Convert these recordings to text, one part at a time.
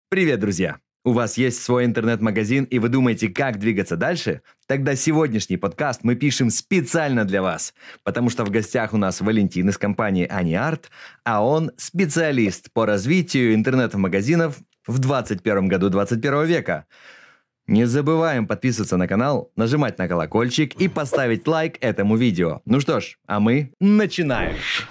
Привет, друзья! У вас есть свой интернет-магазин и вы думаете, как двигаться дальше? Тогда сегодняшний подкаст мы пишем специально для вас, потому что в гостях у нас Валентин из компании AnyArt, а он специалист по развитию интернет-магазинов в 21 году 21 века. Не забываем подписываться на канал, нажимать на колокольчик и поставить лайк этому видео. Ну что ж, а мы начинаем!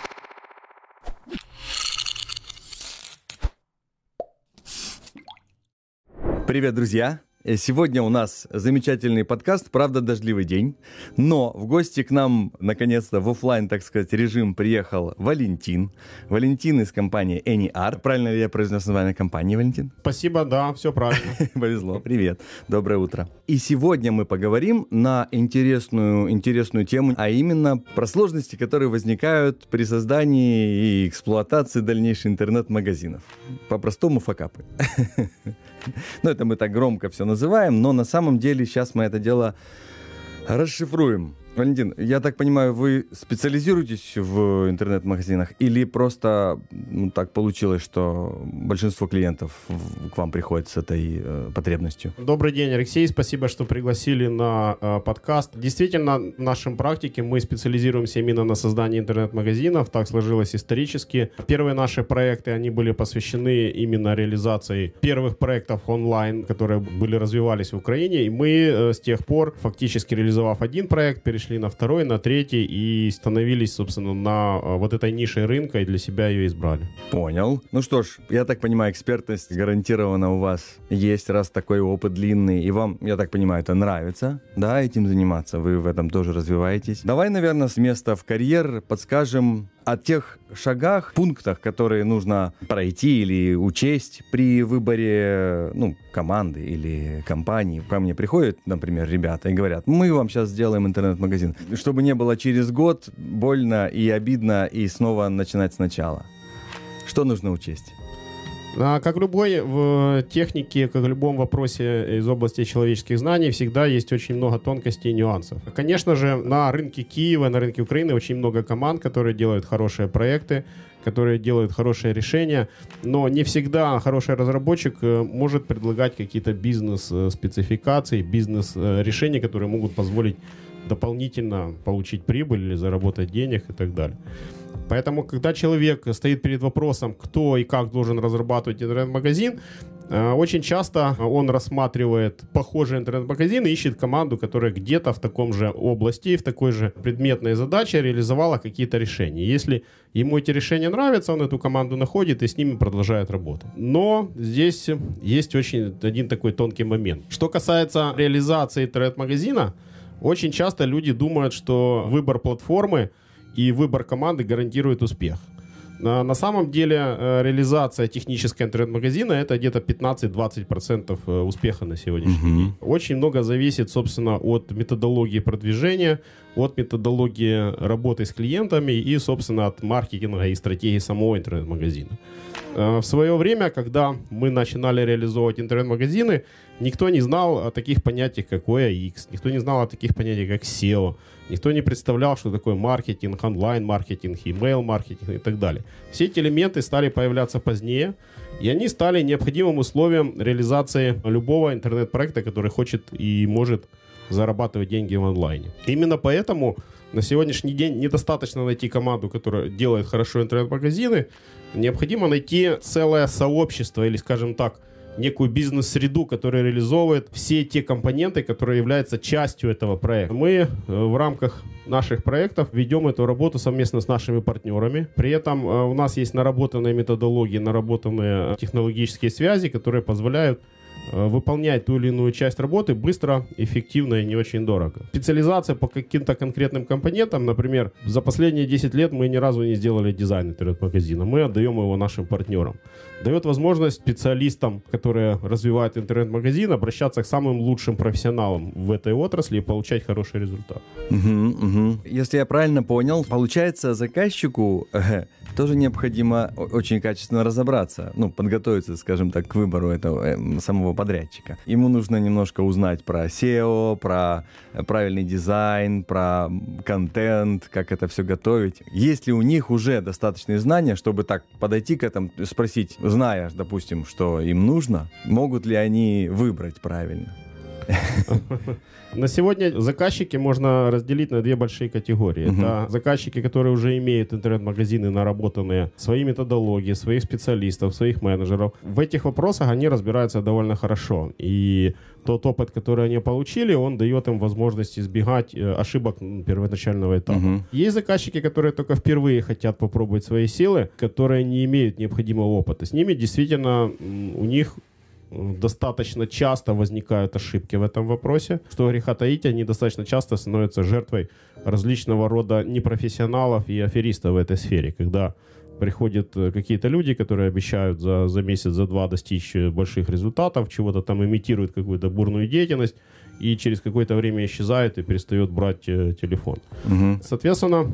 Привет, друзья! Сегодня у нас замечательный подкаст, правда, дождливый день, но в гости к нам, наконец-то, в офлайн, так сказать, режим приехал Валентин. Валентин из компании AnyArt. Правильно ли я произнес название компании, Валентин? Спасибо, да, все правильно. Повезло, привет, доброе утро. И сегодня мы поговорим на интересную тему, а именно про сложности, которые возникают при создании и эксплуатации дальнейших интернет-магазинов. По-простому факапы. Ну, это мы так громко все называем, но на самом деле сейчас мы это дело расшифруем. Валентин, я так понимаю, вы специализируетесь в интернет-магазинах или просто так получилось, что большинство клиентов к вам приходит с этой потребностью? Добрый день, Алексей, спасибо, что пригласили на подкаст. Действительно, в нашей практике мы специализируемся именно на создании интернет-магазинов, так сложилось исторически. Первые наши проекты, они были посвящены именно реализации первых проектов онлайн, которые развивались в Украине, и мы с тех пор, фактически реализовав один проект, перешли на второй, на третий и становились, собственно, на вот этой нише рынка и для себя ее избрали. Понял. Ну что ж, я так понимаю, экспертность гарантированно у вас есть, раз такой опыт длинный, и вам, я так понимаю, это нравится, да, этим заниматься, вы в этом тоже развиваетесь. Давай, наверное, с места в карьер подскажем о тех шагах, пунктах, которые нужно пройти или учесть при выборе команды или компании. Ко мне приходят, например, ребята и говорят, мы вам сейчас сделаем интернет-магазин. Чтобы не было через год больно и обидно и снова начинать сначала. Что нужно учесть? Как любой в технике, как в любом вопросе из области человеческих знаний, всегда есть очень много тонкостей и нюансов. Конечно же, на рынке Киева, на рынке Украины очень много команд, которые делают хорошие проекты, которые делают хорошие решения, но не всегда хороший разработчик может предлагать какие-то бизнес-спецификации, бизнес-решения, которые могут позволить дополнительно получить прибыль или заработать денег и так далее. Поэтому, когда человек стоит перед вопросом, кто и как должен разрабатывать интернет-магазин, очень часто он рассматривает похожий интернет-магазин и ищет команду, которая где-то в таком же области, в такой же предметной задаче реализовала какие-то решения. Если ему эти решения нравятся, он эту команду находит и с ними продолжает работать. Но здесь есть один такой тонкий момент. Что касается реализации интернет-магазина, очень часто люди думают, что выбор платформы и выбор команды гарантирует успех. На самом деле реализация технического интернет-магазина это где-то 15-20% успеха на сегодняшний день. Очень много зависит, собственно, от методологии продвижения, от методологии работы с клиентами и, собственно, от маркетинга и стратегии самого интернет-магазина. В свое время, когда мы начинали реализовывать интернет-магазины, никто не знал о таких понятиях, как OAX, никто не знал о таких понятиях, как SEO, никто не представлял, что такое маркетинг, онлайн-маркетинг, email-маркетинг и так далее. Все эти элементы стали появляться позднее, и они стали необходимым условием реализации любого интернет-проекта, который хочет и может зарабатывать деньги в онлайне. Именно поэтому на сегодняшний день недостаточно найти команду, которая делает хорошо интернет-магазины, необходимо найти целое сообщество или, скажем так, некую бизнес-среду, которая реализовывает все те компоненты, которые являются частью этого проекта. Мы в рамках наших проектов ведем эту работу совместно с нашими партнерами. При этом у нас есть наработанные методологии, наработанные технологические связи, которые позволяют выполнять ту или иную часть работы быстро, эффективно и не очень дорого. Специализация по каким-то конкретным компонентам, например, за последние 10 лет мы ни разу не сделали дизайн интернет-магазина, мы отдаем его нашим партнерам. Дает возможность специалистам, которые развивают интернет-магазин, обращаться к самым лучшим профессионалам в этой отрасли и получать хороший результат. Если я правильно понял, получается заказчику тоже необходимо очень качественно разобраться, ну, подготовиться, скажем так, к выбору этого самого подрядчика. Ему нужно немножко узнать про SEO, про правильный дизайн, про контент, как это все готовить. Есть ли у них уже достаточные знания, чтобы так подойти к этому, спросить, зная, допустим, что им нужно, могут ли они выбрать правильно? На сегодня заказчики можно разделить на две большие категории. Это заказчики, которые уже имеют интернет-магазины, наработанные, свои методологии, своих специалистов, своих менеджеров. В этих вопросах они разбираются довольно хорошо. И тот опыт, который они получили, он дает им возможность избегать ошибок первоначального этапа. Есть заказчики, которые только впервые хотят попробовать свои силы, которые не имеют необходимого опыта. С ними действительно у них достаточно часто возникают ошибки в этом вопросе. Что греха таить, они достаточно часто становятся жертвой различного рода непрофессионалов и аферистов в этой сфере, когда приходят какие-то люди, которые обещают за месяц, за два достичь больших результатов, чего-то там имитируют какую-то бурную деятельность, и через какое-то время исчезает и перестает брать телефон. Соответственно,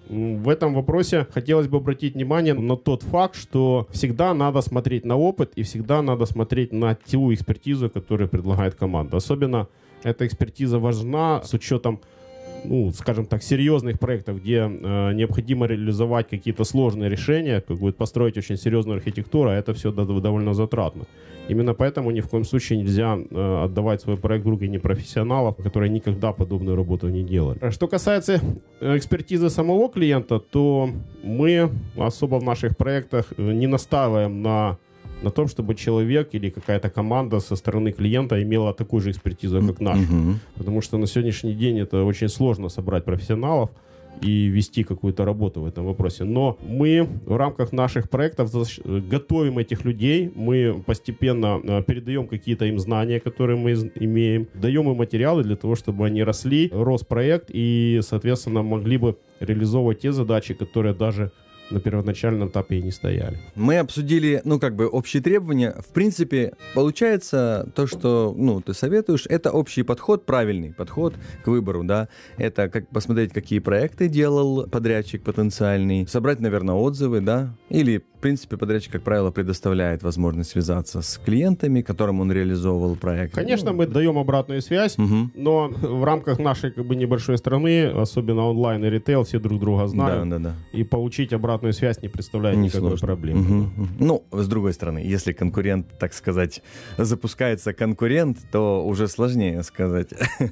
в этом вопросе хотелось бы обратить внимание на тот факт, что всегда надо смотреть на опыт и всегда надо смотреть на ту экспертизу, которую предлагает команда. Особенно эта экспертиза важна с учетом, ну, скажем так, серьезных проектов, где необходимо реализовать какие-то сложные решения, как будет построить очень серьезную архитектуру, а это все довольно затратно. Именно поэтому ни в коем случае нельзя отдавать свой проект в руки непрофессионалов, которые никогда подобную работу не делали. Что касается экспертизы самого клиента, то мы особо в наших проектах не настаиваем на том, чтобы человек или какая-то команда со стороны клиента имела такую же экспертизу, как наша. Потому что на сегодняшний день это очень сложно собрать профессионалов и вести какую-то работу в этом вопросе. Но мы в рамках наших проектов готовим этих людей, мы постепенно передаем какие-то им знания, которые мы имеем, даем им материалы для того, чтобы они росли, рос проект и, соответственно, могли бы реализовывать те задачи, которые даже на первоначальном этапе и не стояли. Мы обсудили, ну, как бы общие требования. В принципе, получается то, что, ну, ты советуешь, это общий подход, правильный подход к выбору, да. Это как посмотреть, какие проекты делал подрядчик потенциальный, собрать, наверное, отзывы, да, или, в принципе, подрядчик, как правило, предоставляет возможность связаться с клиентами, которым он реализовывал проект. Конечно, мы даем обратную связь, но в рамках нашей, как бы, небольшой страны, особенно онлайн и ритейл, все друг друга знают. Да. И получить обратную связь не представляет никакой проблемы. Ну, с другой стороны, если конкурент, так сказать, запускается конкурент, то уже сложнее сказать,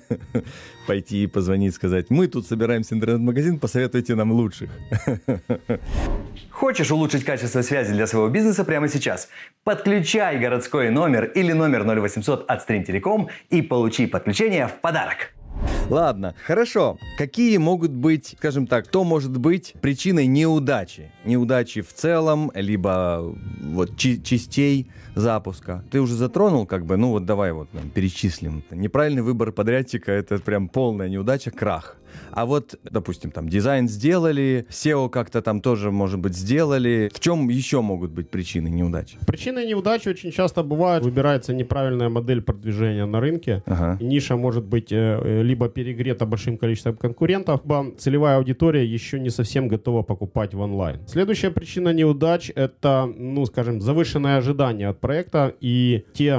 пойти и позвонить, сказать, мы тут собираемся интернет-магазин, посоветуйте нам лучших. Хочешь улучшить качество связи для своего бизнеса прямо сейчас? Подключай городской номер или номер 0800 от Stream.Telecom и получи подключение в подарок. Ладно, хорошо. Какие могут быть, скажем так, кто может быть причиной неудачи? Неудачи в целом, либо вот частей запуска. Ты уже затронул, как бы, ну вот давай вот перечислим. Неправильный выбор подрядчика — это прям полная неудача, крах. А вот, допустим, там дизайн сделали, SEO как-то там тоже, может быть, сделали. В чем еще могут быть причины неудачи? Причиной неудачи очень часто бывает, выбирается неправильная модель продвижения на рынке. Ниша может быть либо перегрета большим количеством конкурентов, либо целевая аудитория еще не совсем готова покупать в онлайн. Следующая причина неудач — это, ну, скажем, завышенное ожидание от проекта, и те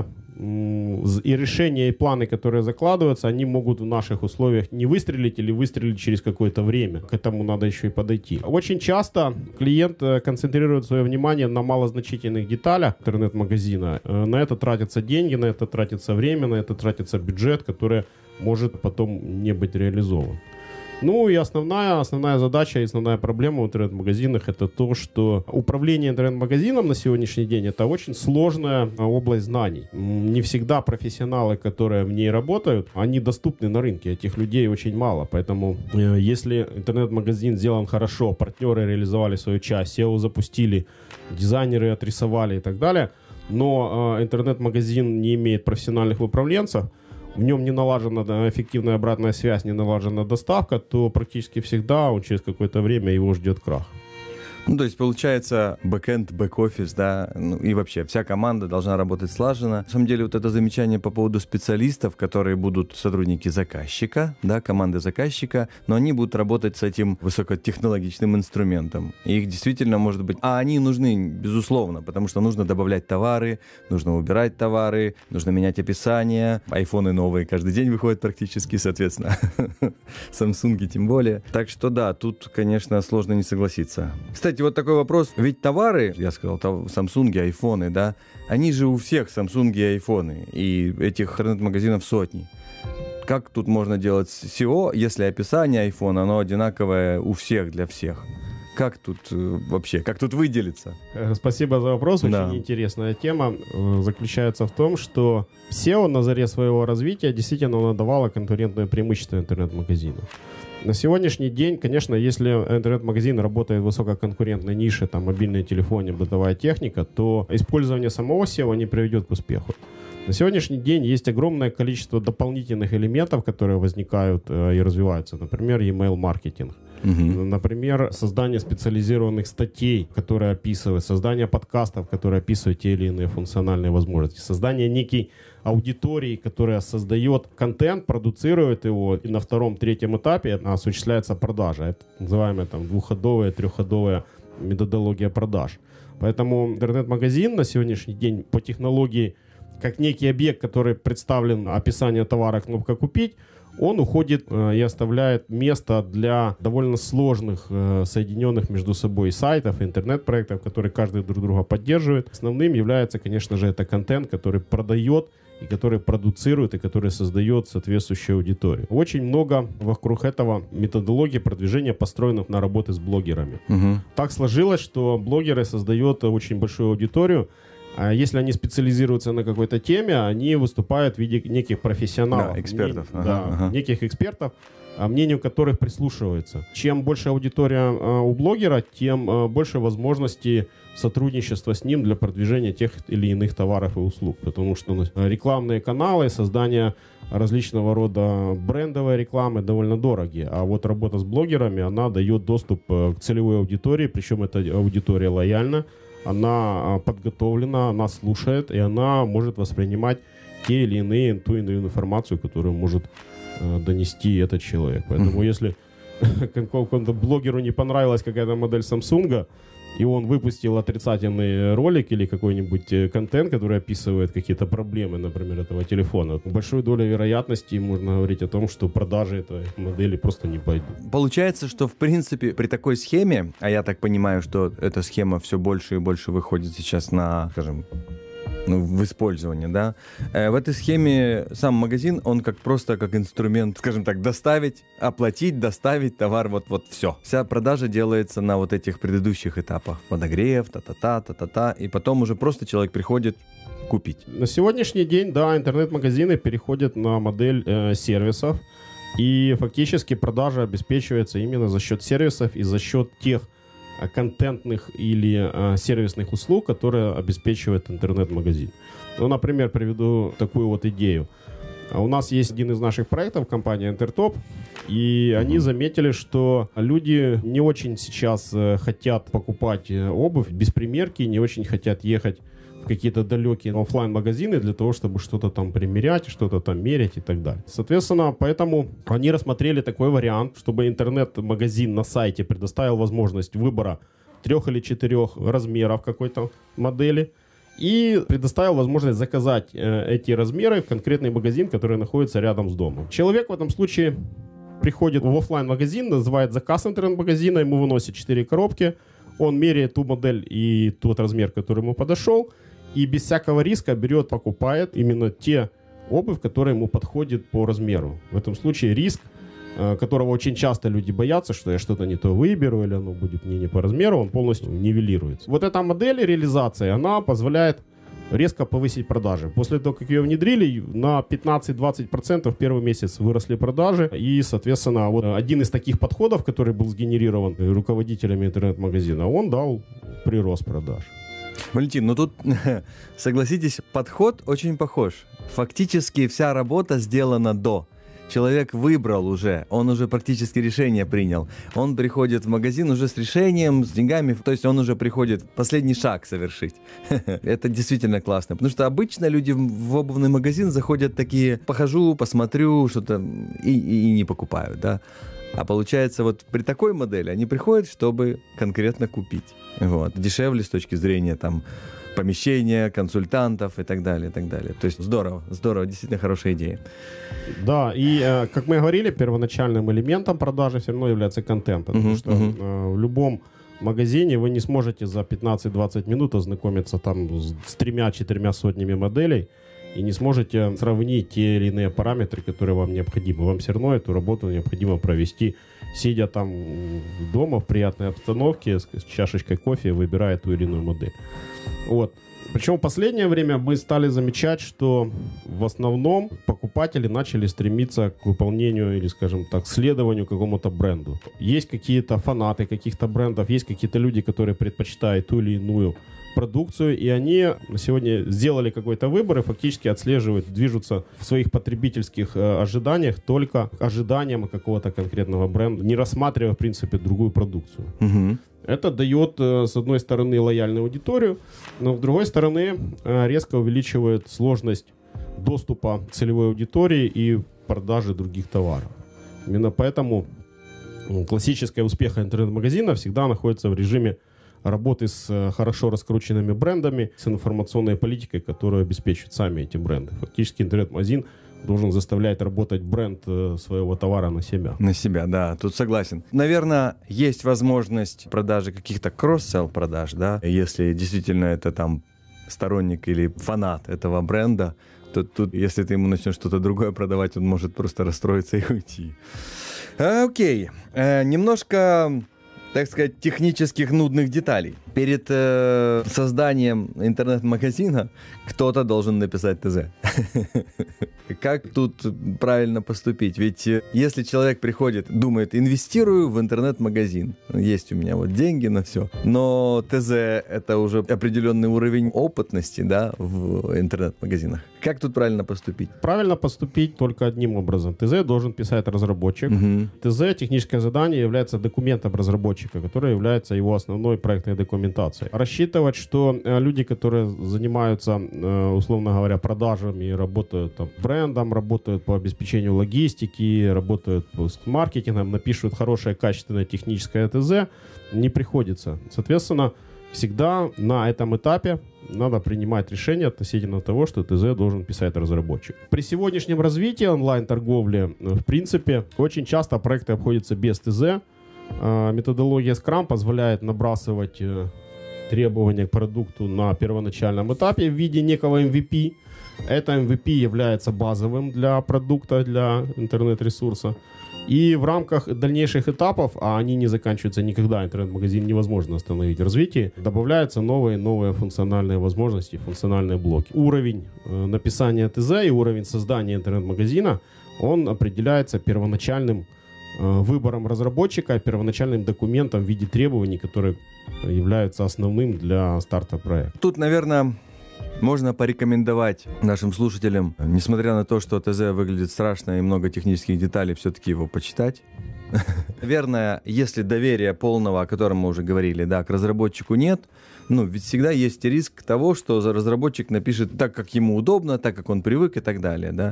и решения, и планы, которые закладываются, они могут в наших условиях не выстрелить или выстрелить через какое-то время. К этому надо еще и подойти. Очень часто клиент концентрирует свое внимание на малозначительных деталях интернет-магазина. На это тратятся деньги, на это тратится время, на это тратится бюджет, который может потом не быть реализован. Ну и основная задача и основная проблема в интернет-магазинах — это то, что управление интернет-магазином на сегодняшний день — это очень сложная область знаний. Не всегда профессионалы, которые в ней работают, они доступны на рынке. Этих людей очень мало. Поэтому если интернет-магазин сделан хорошо, партнеры реализовали свою часть, SEO запустили, дизайнеры отрисовали и так далее, но интернет-магазин не имеет профессиональных управленцев, в нем не налажена эффективная обратная связь, не налажена доставка, то практически всегда через какое-то время его ждет крах. Ну, то есть, получается, бэкэнд, бэк-офис, да, ну, и вообще вся команда должна работать слаженно. На самом деле, вот это замечание по поводу специалистов, которые будут сотрудники заказчика, да, команды заказчика, но они будут работать с этим высокотехнологичным инструментом. И их действительно может быть... А они нужны, безусловно, потому что нужно добавлять товары, нужно убирать товары, нужно менять описание. Айфоны новые каждый день выходят практически, соответственно. Самсунги тем более. Так что да, тут, конечно, сложно не согласиться. Кстати, вот такой вопрос. Ведь товары, я сказал, Samsung, айфоны, да, они же у всех Samsung и айфоны, и этих интернет-магазинов сотни. Как тут можно делать SEO, если описание айфона, оно одинаковое у всех, для всех? Как тут вообще, как тут выделиться? Спасибо за вопрос, очень Да. интересная тема. Заключается в том, что SEO на заре своего развития действительно надавало конкурентное преимущество интернет-магазину. На сегодняшний день, конечно, если интернет-магазин работает в высококонкурентной нише, там мобильные телефоны, бытовая техника, то использование самого SEO не приведет к успеху. На сегодняшний день есть огромное количество дополнительных элементов, которые возникают и развиваются. Например, email-маркетинг. Например, создание специализированных статей, которые описывают, создание подкастов, которые описывают те или иные функциональные возможности, создание некой аудитории, которая создает контент, продуцирует его, и на втором-третьем этапе осуществляется продажа. Это называемая там двухходовая, трехходовая методология продаж. Поэтому интернет-магазин на сегодняшний день по технологии, как некий объект, который представлен описание товара, кнопка «Купить», он уходит и оставляет место для довольно сложных, соединенных между собой сайтов, интернет-проектов, которые каждый друг друга поддерживает. Основным является, конечно же, это контент, который продает и который продуцирует, и который создает соответствующую аудиторию. Очень много вокруг этого методологии продвижения построенных на работе с блогерами. Так сложилось, что блогеры создают очень большую аудиторию. А если они специализируются на какой-то теме, они выступают в виде неких профессионалов. Да, экспертов. Неких экспертов, мнению которых прислушиваются. Чем больше аудитория у блогера, тем больше возможностей сотрудничества с ним для продвижения тех или иных товаров и услуг. Потому что рекламные каналы, создание различного рода брендовой рекламы довольно дорогие. А вот работа с блогерами, она дает доступ к целевой аудитории, причем эта аудитория лояльна, она подготовлена, она слушает, и она может воспринимать те или иные, ту или иную информацию, которую может донести этот человек. Поэтому если какому-то блогеру не понравилась какая-то модель Samsung, и он выпустил отрицательный ролик или какой-нибудь контент, который описывает какие-то проблемы, например, этого телефона, большой долей вероятности можно говорить о том, что продажи этой модели просто не пойдут. Получается, что в принципе при такой схеме, а я так понимаю, что эта схема все больше и больше выходит сейчас на, скажем, в использовании, да, в этой схеме сам магазин, он просто как инструмент, скажем так, доставить, оплатить, доставить товар, вот все. Вся продажа делается на вот этих предыдущих этапах. Подогрев, та-та-та, и потом уже просто человек приходит купить. На сегодняшний день, да, интернет-магазины переходят на модель сервисов, и фактически продажа обеспечивается именно за счет сервисов и за счет тех контентных или сервисных услуг, которые обеспечивает интернет-магазин. Ну, например, приведу такую вот идею. У нас есть один из наших проектов, компания Entertop, и они заметили, что люди не очень сейчас хотят покупать обувь без примерки, не очень хотят ехать в какие-то далекие офлайн-магазины для того, чтобы что-то там примерять, что-то там мерять и так далее. Соответственно, поэтому они рассмотрели такой вариант, чтобы интернет-магазин на сайте предоставил возможность выбора 3 или 4 размеров какой-то модели и предоставил возможность заказать эти размеры в конкретный магазин, который находится рядом с домом. Человек в этом случае приходит в офлайн-магазин, называет заказ интернет-магазина, ему выносят 4 коробки, он меряет ту модель и тот размер, который ему подошел, и без всякого риска берет, покупает именно те обувь, которая ему подходит по размеру. В этом случае риск, которого очень часто люди боятся, что я что-то не то выберу или оно будет мне не по размеру, он полностью нивелируется. Вот эта модель реализации, она позволяет резко повысить продажи. После того, как ее внедрили, на 15-20% в первый месяц выросли продажи. И, соответственно, вот один из таких подходов, который был сгенерирован руководителями интернет-магазина, он дал прирост продаж. Валентин, тут, согласитесь, подход очень похож. Фактически вся работа сделана до. человек выбрал уже, он уже практически решение принял. Он приходит в магазин уже с решением, с деньгами, то есть он уже приходит последний шаг совершить. Это действительно классно, потому что обычно люди в обувный магазин заходят такие: похожу, посмотрю, что-то, и не покупают, да. А получается, вот при такой модели они приходят, чтобы конкретно купить. Вот. Дешевле с точки зрения там помещения, консультантов и так далее, и так далее. То есть здорово, действительно хорошая идея. Да, и как мы говорили, первоначальным элементом продажи все равно является контент, потому что в любом магазине вы не сможете за 15-20 минут ознакомиться там с 3-4 сотнями моделей и не сможете сравнить те или иные параметры, которые вам необходимы. Вам все равно эту работу необходимо провести, сидя там дома в приятной обстановке с чашечкой кофе, выбирая ту или иную модель. Вот. Причем в последнее время мы стали замечать, что в основном покупатели начали стремиться к выполнению или, скажем так, следованию какому-то бренду. Есть какие-то фанаты каких-то брендов, есть какие-то люди, которые предпочитают ту или иную продукцию, и они сегодня сделали какой-то выбор и фактически отслеживают, движутся в своих потребительских ожиданиях только ожиданиям какого-то конкретного бренда, не рассматривая, в принципе, другую продукцию. Это дает, с одной стороны, лояльную аудиторию, но с другой стороны, резко увеличивает сложность доступа к целевой аудитории и продажи других товаров. Именно поэтому классическое успех интернет-магазина всегда находится в режиме работы с хорошо раскрученными брендами, с информационной политикой, которую обеспечивают сами эти бренды. Фактически интернет-магазин должен заставлять работать бренд своего товара на себя. На себя, да, тут согласен. Наверное, есть возможность продажи каких-то кросс-селл продаж, да, если действительно это там сторонник или фанат этого бренда, то тут, если ты ему начнешь что-то другое продавать, он может просто расстроиться и уйти. Окей, немножко, так сказать, технических нудных деталей. Перед созданием интернет-магазина кто-то должен написать ТЗ. Как тут правильно поступить? Ведь если человек приходит, думает, инвестирую в интернет-магазин, есть у меня вот деньги на все, но ТЗ — это уже определенный уровень опытности, да, в интернет-магазинах. Как тут правильно поступить? Правильно поступить только одним образом. ТЗ должен писать разработчик. ТЗ, техническое задание, является документом разработчика, который является его основной проектной документацией. Рассчитывать, что люди, которые занимаются, условно говоря, продажами, работают там брендом, работают по обеспечению логистики, работают с маркетингом, напишут хорошее, качественное техническое ТЗ, не приходится. Соответственно, всегда на этом этапе надо принимать решение относительно того, что ТЗ должен писать разработчик. При сегодняшнем развитии онлайн-торговли, в принципе, очень часто проекты обходятся без ТЗ. Методология Scrum позволяет набрасывать требования к продукту на первоначальном этапе в виде некого MVP. Это MVP является базовым для продукта, для интернет-ресурса. И в рамках дальнейших этапов, а они не заканчиваются никогда, интернет-магазин невозможно остановить в развитии, добавляются новые функциональные возможности, функциональные блоки. Уровень написания ТЗ и уровень создания интернет-магазина, он определяется первоначальным выбором разработчика, первоначальным документом в виде требований, которые являются основным для старта проекта. Тут, наверное, можно порекомендовать нашим слушателям, несмотря на то, что ТЗ выглядит страшно и много технических деталей, все-таки его почитать. Наверное, если доверия полного, о котором мы уже говорили, да, к разработчику нет, ведь всегда есть риск того, что разработчик напишет так, как ему удобно, так, как он привык и так далее, да.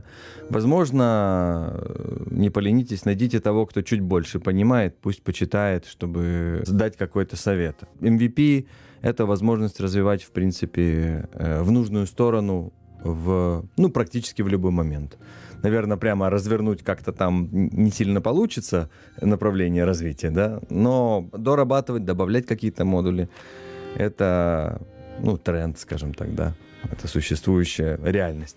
Возможно, не поленитесь, найдите того, кто чуть больше понимает, пусть почитает, чтобы дать какой-то совет. MVP — это возможность развивать, в принципе, в нужную сторону практически в любой момент. Наверное, прямо развернуть как-то там не сильно получится направление развития, да, но дорабатывать, добавлять какие-то модули — это, тренд, скажем так, да, это существующая реальность.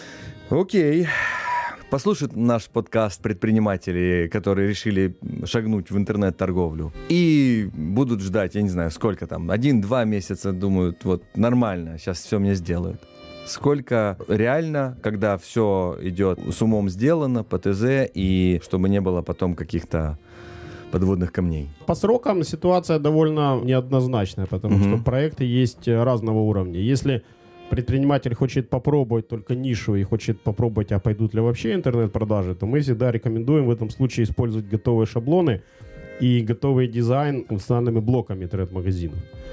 Окей. Послушают наш подкаст предприниматели, которые решили шагнуть в интернет-торговлю, и будут ждать, я не знаю, сколько там, 1-2 месяца, думают, вот нормально, сейчас все мне сделают. Сколько реально, когда все идет с умом сделано, по ТЗ, и чтобы не было потом каких-то подводных камней? По срокам ситуация довольно неоднозначная, потому что проекты есть разного уровня. Если предприниматель хочет попробовать только нишу и хочет попробовать, а пойдут ли вообще интернет-продажи, то мы всегда рекомендуем в этом случае использовать готовые шаблоны и готовый дизайн функциональными блоками интернет-магазинов.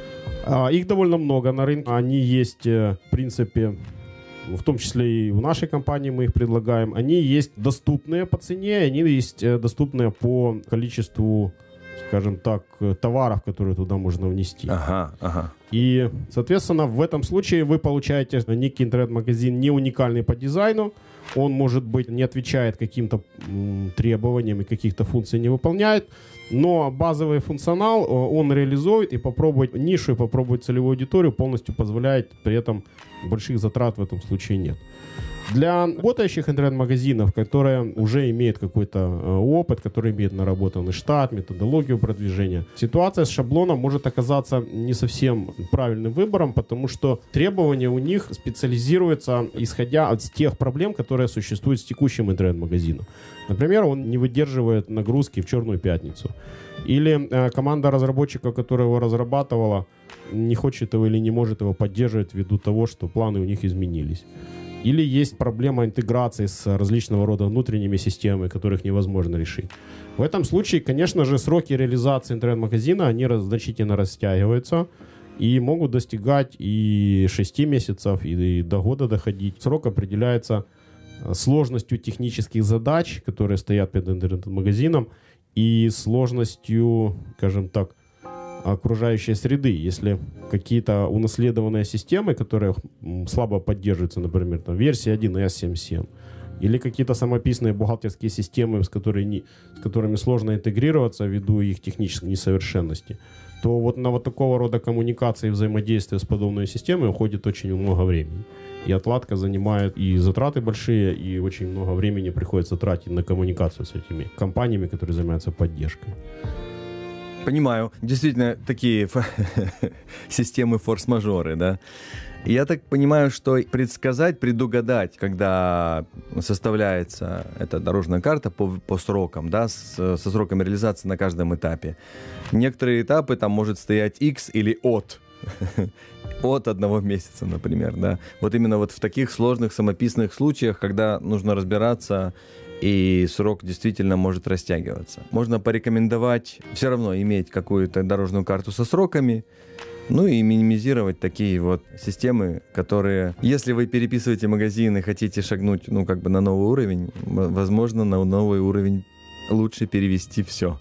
Их довольно много на рынке. Они есть, в принципе, в том числе и в нашей компании мы их предлагаем. Они есть доступные по цене, они есть доступные по количеству, скажем так, товаров, которые туда можно внести. Ага. И, соответственно, в этом случае вы получаете некий интернет-магазин не уникальный по дизайну. Он, может быть, не отвечает каким-то требованиям и каких-то функций не выполняет, но базовый функционал он реализует, и попробовать нишу, и попробовать целевую аудиторию полностью позволяет, при этом больших затрат в этом случае нет. Для работающих интернет-магазинов, которые уже имеют какой-то опыт, которые имеют наработанный штат, методологию продвижения, ситуация с шаблоном может оказаться не совсем правильным выбором, потому что требования у них специализируются, исходя от тех проблем, которые существуют с текущим интернет-магазином. Например, он не выдерживает нагрузки в черную пятницу. Или команда разработчиков, которая его разрабатывала, не хочет его или не может его поддерживать ввиду того, что планы у них изменились. Или есть проблема интеграции с различного рода внутренними системами, которых невозможно решить. В этом случае, конечно же, сроки реализации интернет-магазина, они значительно растягиваются и могут достигать и 6 месяцев, и до года доходить. Срок определяется сложностью технических задач, которые стоят перед интернет-магазином, и сложностью, скажем так, окружающей среды. Если какие-то унаследованные системы, которые слабо поддерживаются, например, там, версия 1С77, или какие-то самописные бухгалтерские системы, с которыми сложно интегрироваться ввиду их технической несовершенности, то вот на вот такого рода коммуникации и взаимодействия с подобной системой уходит очень много времени. И отладка занимает и затраты большие, и очень много времени приходится тратить на коммуникацию с этими компаниями, которые занимаются поддержкой. Понимаю. Действительно, такие системы форс-мажоры, да. Я так понимаю, что предугадать, когда составляется эта дорожная карта по срокам, да, со сроками реализации на каждом этапе. Некоторые этапы там может стоять X или от 1 месяца, например, да. Вот именно вот в таких сложных самописных случаях, когда нужно разбираться, и срок действительно может растягиваться. Можно порекомендовать все равно иметь какую-то дорожную карту со сроками, ну и минимизировать такие вот системы, которые, если вы переписываете магазин и хотите шагнуть, ну, как бы на новый уровень, возможно, на новый уровень лучше перевести все.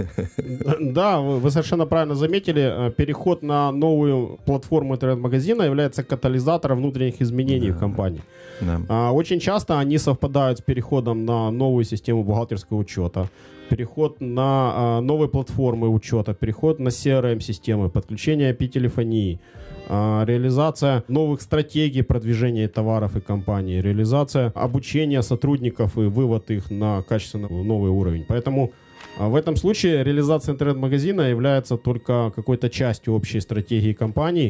Да, вы совершенно правильно заметили. Переход на новую платформу интернет-магазина является катализатором внутренних изменений в компании. Да. Очень часто они совпадают с переходом на новую систему бухгалтерского учета, переход на новые платформы учета, переход на CRM-системы, подключение IP-телефонии, реализация новых стратегий продвижения товаров и компаний, реализация обучения сотрудников и вывод их на качественно новый уровень. Поэтому в этом случае реализация интернет-магазина является только какой-то частью общей стратегии компании,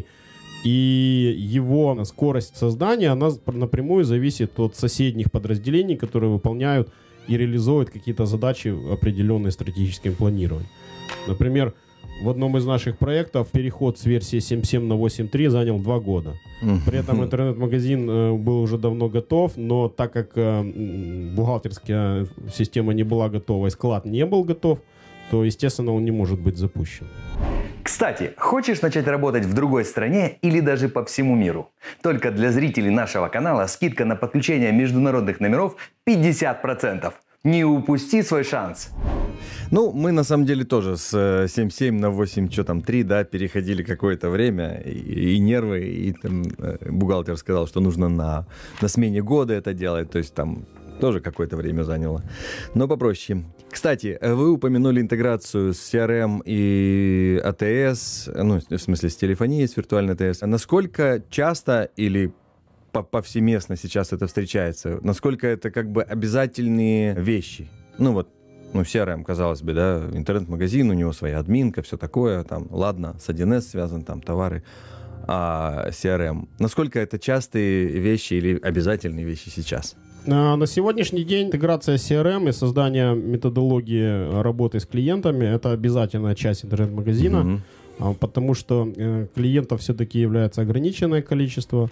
и его скорость создания, она напрямую зависит от соседних подразделений, которые выполняют и реализуют какие-то задачи, определенные стратегическим планированием. Например, в одном из наших проектов переход с версии 7.7 на 8.3 занял 2 года. При этом интернет-магазин был уже давно готов, но так как бухгалтерская система не была готова и склад не был готов, то, естественно, он не может быть запущен. Кстати, хочешь начать работать в другой стране или даже по всему миру? Только для зрителей нашего канала скидка на подключение международных номеров 50%. Не упусти свой шанс. Ну, мы на самом деле тоже с 7.7 на 8.3, да, переходили какое-то время, и нервы, и там бухгалтер сказал, что нужно на смене года это делать, то есть там тоже какое-то время заняло, но попроще. Кстати, вы упомянули интеграцию с CRM и АТС, ну, в смысле, с телефонией, с виртуальной АТС. Насколько часто или повсеместно сейчас это встречается? Насколько это как бы обязательные вещи? Ну вот, CRM, казалось бы, да, интернет-магазин, у него своя админка, все такое, там, ладно, с 1С связан, там, товары, а CRM. Насколько это частые вещи или обязательные вещи сейчас? На сегодняшний день интеграция CRM и создание методологии работы с клиентами – это обязательная часть интернет-магазина, потому что клиентов все-таки является ограниченное количество.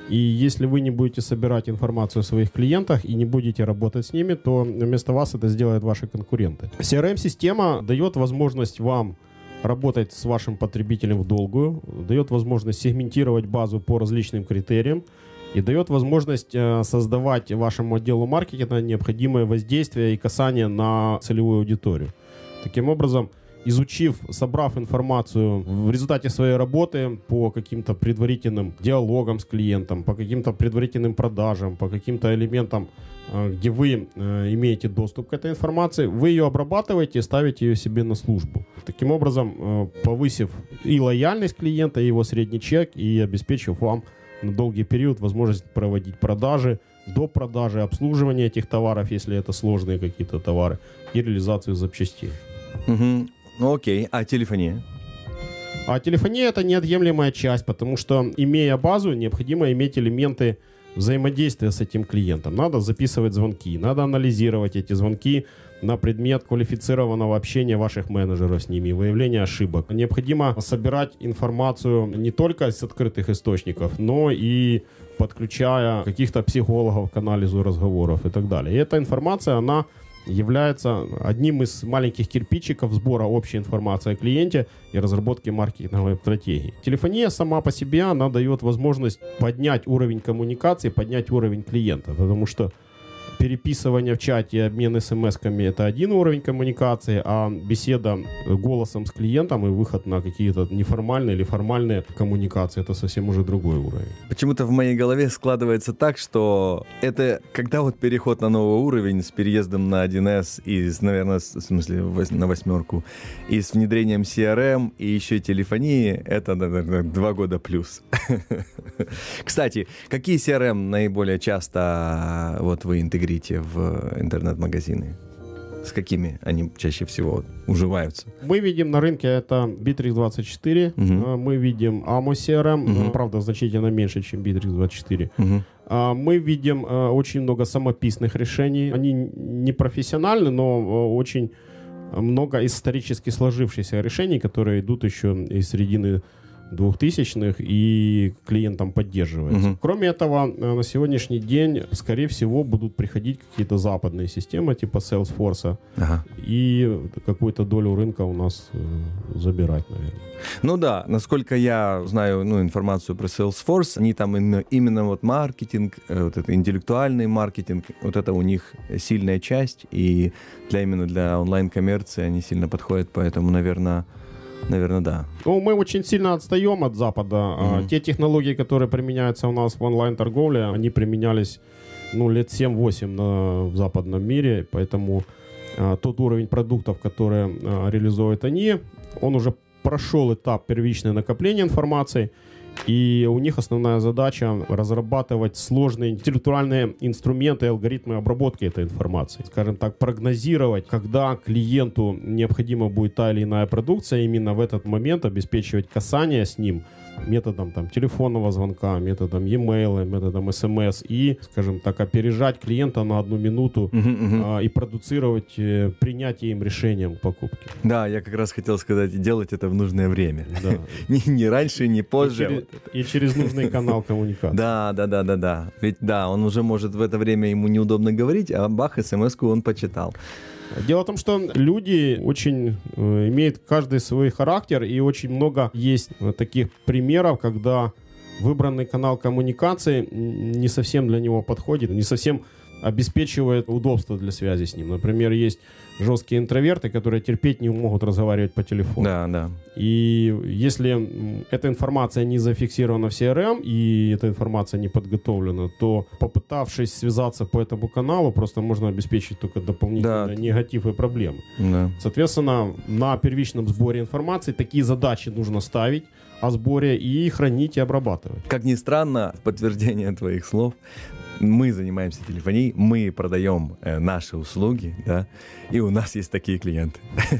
И если вы не будете собирать информацию о своих клиентах и не будете работать с ними, то вместо вас это сделают ваши конкуренты. CRM-система дает возможность вам работать с вашим потребителем в долгую, дает возможность сегментировать базу по различным критериям и дает возможность создавать вашему отделу маркетинга необходимое воздействие и касание на целевую аудиторию. Таким образом, изучив, собрав информацию в результате своей работы по каким-то предварительным диалогам с клиентом, по каким-то предварительным продажам, по каким-то элементам, где вы имеете доступ к этой информации, вы ее обрабатываете и ставите ее себе на службу. Таким образом, повысив и лояльность клиента, и его средний чек, и обеспечив вам на долгий период возможность проводить продажи, до продажи, обслуживания этих товаров, если это сложные какие-то товары, и реализацию запчастей. Угу. Ну окей, а телефония? А телефония — это неотъемлемая часть, потому что, имея базу, необходимо иметь элементы взаимодействия с этим клиентом. Надо записывать звонки, надо анализировать эти звонки на предмет квалифицированного общения ваших менеджеров с ними, выявления ошибок. Необходимо собирать информацию не только с открытых источников, но и подключая каких-то психологов к анализу разговоров и так далее. И эта информация, она является одним из маленьких кирпичиков сбора общей информации о клиенте и разработки маркетинговой стратегии. Телефония сама по себе, она дает возможность поднять уровень коммуникации, поднять уровень клиента, потому что переписывание в чате и обмен смс-ками — это один уровень коммуникации, а беседа голосом с клиентом и выход на какие-то неформальные или формальные коммуникации — это совсем уже другой уровень. Почему-то в моей голове складывается так, что это когда вот переход на новый уровень с переездом на 1С и, наверное, в смысле на 8, и с внедрением CRM и еще телефонии, это, наверное, 2 года плюс. Кстати, какие CRM наиболее часто вот вы интегрируете в интернет-магазины? С какими они чаще всего уживаются? Мы видим на рынке это Bittrex24, мы видим Amo CRM, правда, значительно меньше, чем Bittrex24. Мы видим очень много самописных решений. Они не профессиональны, но очень много исторически сложившихся решений, которые идут еще из середины 2000-х и клиентам поддерживается. Кроме этого, на сегодняшний день, скорее всего, будут приходить какие-то западные системы типа Salesforce и какую-то долю рынка у нас забирать, наверное. Ну да, насколько я знаю информацию про Salesforce, они там именно вот маркетинг, вот это интеллектуальный маркетинг, вот это у них сильная часть, и именно для онлайн-коммерции они сильно подходят, поэтому, наверное, да. Ну, мы очень сильно отстаем от Запада. Те технологии, которые применяются у нас в онлайн-торговле, они применялись лет 7-8 в западном мире, поэтому тот уровень продуктов, которые реализуют они, он уже прошел этап первичное накопление информации, и у них основная задача разрабатывать сложные интеллектуальные инструменты и алгоритмы обработки этой информации. Скажем так, прогнозировать, когда клиенту необходима будет та или иная продукция, именно в этот момент обеспечивать касание с ним методом телефонного звонка, методом e-mail, методом SMS и, скажем так, опережать клиента на 1 минуту и продуцировать принятие им решением покупки. Да, я как раз хотел сказать, делать это в нужное время. Да. Не раньше, не позже. И через нужный канал коммуникации. Да. Ведь да, он уже может в это время, ему неудобно говорить, а бах, смс-ку он почитал. Дело в том, что люди очень имеют каждый свой характер, и очень много есть таких примеров, когда выбранный канал коммуникации не совсем для него подходит, не совсем обеспечивает удобство для связи с ним. Например, есть жесткие интроверты, которые терпеть не могут разговаривать по телефону. Да. И если эта информация не зафиксирована в CRM и эта информация не подготовлена, то, попытавшись связаться по этому каналу, просто можно обеспечить только дополнительный негатив и проблемы. Да. Соответственно, на первичном сборе информации такие задачи нужно ставить о сборе и хранить и обрабатывать. Как ни странно, в подтверждение твоих слов, мы занимаемся телефонией, мы продаем наши услуги, да, и у нас есть такие клиенты.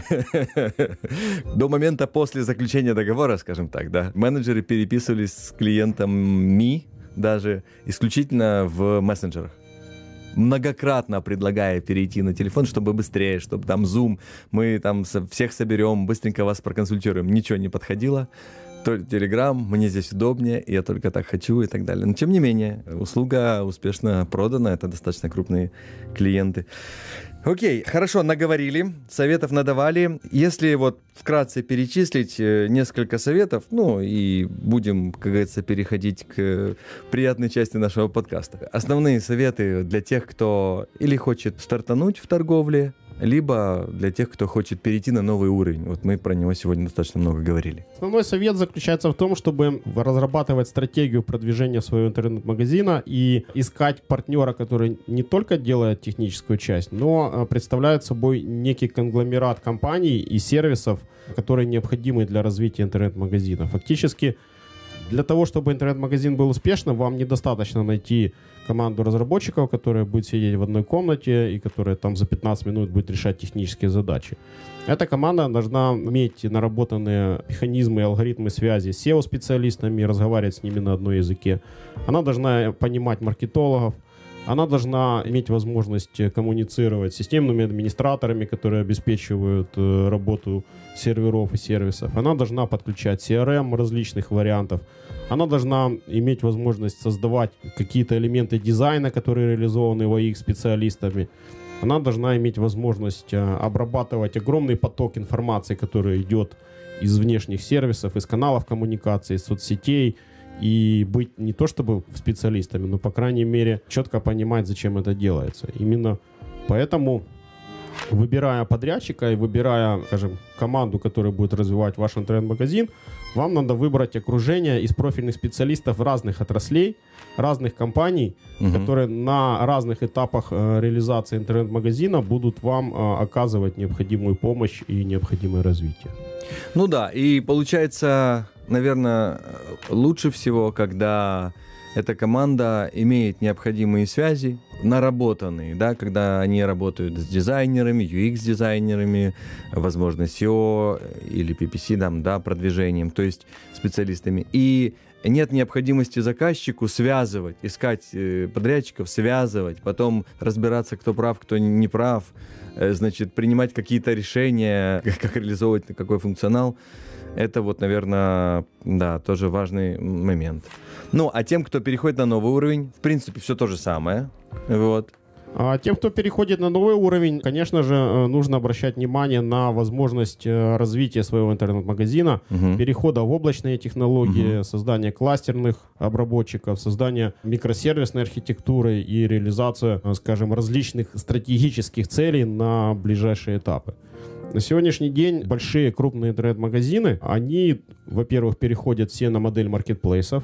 До момента после заключения договора, скажем так, да, менеджеры переписывались с клиентами даже исключительно в мессенджерах, многократно предлагая перейти на телефон, чтобы быстрее, чтобы там Zoom, мы там всех соберем, быстренько вас проконсультируем. Ничего не подходило. Telegram, мне здесь удобнее, я только так хочу и так далее. Но тем не менее, услуга успешно продана, это достаточно крупные клиенты. Окей, хорошо, наговорили, советов надавали. Если вот вкратце перечислить несколько советов, ну и будем, как говорится, переходить к приятной части нашего подкаста. Основные советы для тех, кто или хочет стартануть в торговле, либо для тех, кто хочет перейти на новый уровень. Вот мы про него сегодня достаточно много говорили. Основной совет заключается в том, чтобы разрабатывать стратегию продвижения своего интернет-магазина и искать партнера, который не только делает техническую часть, но представляет собой некий конгломерат компаний и сервисов, которые необходимы для развития интернет-магазина. Фактически, для того, чтобы интернет-магазин был успешным, вам недостаточно найти команду разработчиков, которая будет сидеть в одной комнате и которая там за 15 минут будет решать технические задачи. Эта команда должна иметь наработанные механизмы и алгоритмы связи с SEO-специалистами, разговаривать с ними на одном языке. Она должна понимать маркетологов. Она должна иметь возможность коммуницировать с системными администраторами, которые обеспечивают работу серверов и сервисов. Она должна подключать CRM различных вариантов. Она должна иметь возможность создавать какие-то элементы дизайна, которые реализованы АИ специалистами. Она должна иметь возможность обрабатывать огромный поток информации, который идет из внешних сервисов, из каналов коммуникации, из соцсетей. И быть не то чтобы специалистами, но, по крайней мере, четко понимать, зачем это делается. Именно поэтому, выбирая подрядчика и выбирая, скажем, команду, которая будет развивать ваш интернет-магазин, вам надо выбрать окружение из профильных специалистов разных отраслей, разных компаний, которые на разных этапах реализации интернет-магазина будут вам оказывать необходимую помощь и необходимое развитие. Ну да, и получается, наверное, лучше всего, когда эта команда имеет необходимые связи, наработанные, да, когда они работают с дизайнерами, UX-дизайнерами, возможно, SEO или PPC, да, продвижением, то есть специалистами. И нет необходимости заказчику связывать, искать подрядчиков, связывать, потом разбираться, кто прав, кто не прав, значит, принимать какие-то решения, как реализовывать какой функционал. Это вот, наверное, да, тоже важный момент. Ну, а тем, кто переходит на новый уровень, в принципе, все то же самое. Вот. А тем, кто переходит на новый уровень, конечно же, нужно обращать внимание на возможность развития своего интернет-магазина, перехода в облачные технологии, создания кластерных обработчиков, создания микросервисной архитектуры и реализацию, скажем, различных стратегических целей на ближайшие этапы. На сегодняшний день большие крупные интернет-магазины, они, во-первых, переходят все на модель маркетплейсов,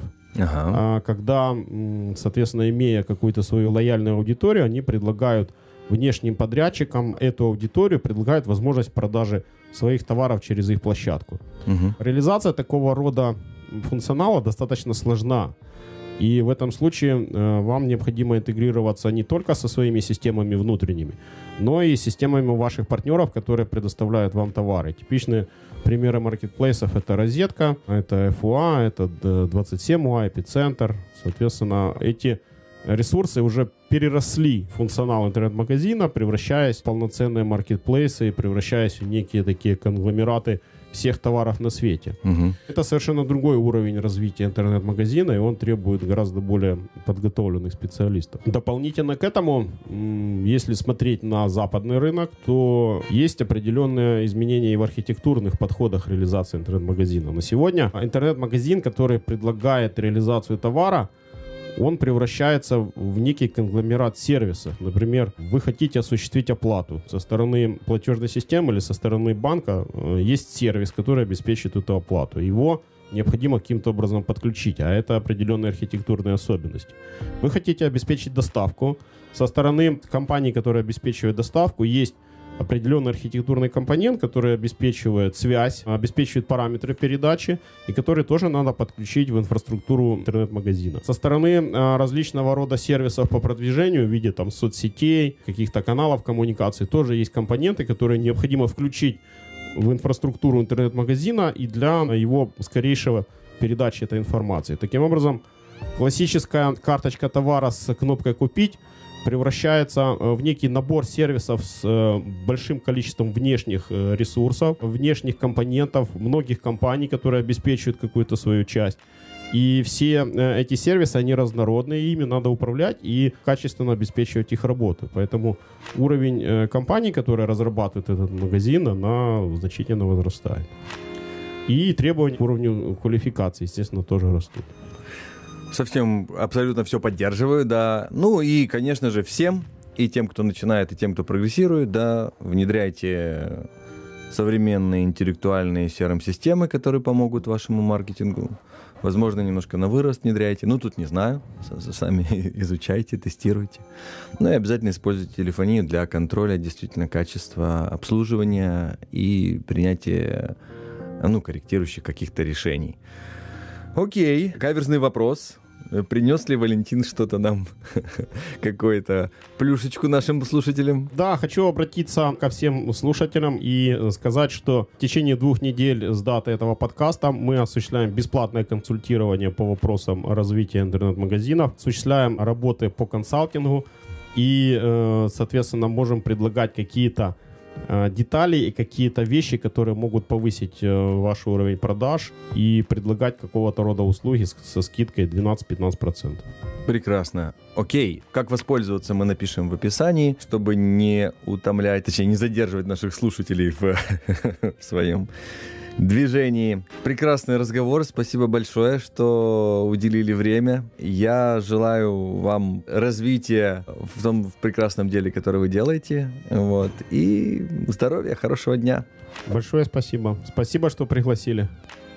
когда, соответственно, имея какую-то свою лояльную аудиторию, они предлагают внешним подрядчикам эту аудиторию, предлагают возможность продажи своих товаров через их площадку. Реализация такого рода функционала достаточно сложна. И в этом случае вам необходимо интегрироваться не только со своими системами внутренними, но и с системами ваших партнеров, которые предоставляют вам товары. Типичные примеры маркетплейсов — это Розетка, это FUA, это 27UA, Эпицентр. Соответственно, эти ресурсы уже переросли функционал интернет-магазина, превращаясь в полноценные маркетплейсы и превращаясь в некие такие конгломераты всех товаров на свете. Это совершенно другой уровень развития интернет-магазина, и он требует гораздо более подготовленных специалистов. Дополнительно к этому, если смотреть на западный рынок, то есть определенные изменения и в архитектурных подходах реализации интернет-магазина. На сегодня интернет-магазин, который предлагает реализацию товара, он превращается в некий конгломерат сервисов. Например, вы хотите осуществить оплату со стороны платежной системы или со стороны банка. Есть сервис, который обеспечит эту оплату. Его необходимо каким-то образом подключить, а это определенные архитектурные особенности. Вы хотите обеспечить доставку. Со стороны компании, которая обеспечивает доставку, есть определенный архитектурный компонент, который обеспечивает связь, обеспечивает параметры передачи и который тоже надо подключить в инфраструктуру интернет-магазина. Со стороны различного рода сервисов по продвижению в виде там соцсетей, каких-то каналов коммуникации тоже есть компоненты, которые необходимо включить в инфраструктуру интернет-магазина и для его скорейшего передачи этой информации. Таким образом, классическая карточка товара с кнопкой «Купить» превращается в некий набор сервисов с большим количеством внешних ресурсов, внешних компонентов, многих компаний, которые обеспечивают какую-то свою часть. И все эти сервисы, они разнородные, ими надо управлять и качественно обеспечивать их работу. Поэтому уровень компаний, которые разрабатывают этот магазин, она значительно возрастает. И требования к уровню квалификации, естественно, тоже растут. Совсем абсолютно все поддерживаю, да. Ну и, конечно же, всем, и тем, кто начинает, и тем, кто прогрессирует, да, внедряйте современные интеллектуальные CRM-системы, которые помогут вашему маркетингу. Возможно, немножко на вырост внедряйте. Ну, тут не знаю. Сами изучайте, тестируйте. Ну и обязательно используйте телефонию для контроля действительно качества обслуживания и принятия, корректирующих каких-то решений. Окей, каверзный вопрос. Принес ли Валентин что-то нам, какую-то плюшечку нашим слушателям? Да, хочу обратиться ко всем слушателям и сказать, что в течение 2 недель с даты этого подкаста мы осуществляем бесплатное консультирование по вопросам развития интернет-магазинов, осуществляем работы по консалтингу и, соответственно, можем предлагать какие-то детали и какие-то вещи, которые могут повысить ваш уровень продаж и предлагать какого-то рода услуги со скидкой 12-15%. Прекрасно. Окей. Как воспользоваться, мы напишем в описании, чтобы не утомлять, точнее, не задерживать наших слушателей в своем движении. Прекрасный разговор. Спасибо большое, что уделили время. Я желаю вам развития в том прекрасном деле, которое вы делаете. Вот. И здоровья, хорошего дня. Большое спасибо. Спасибо, что пригласили.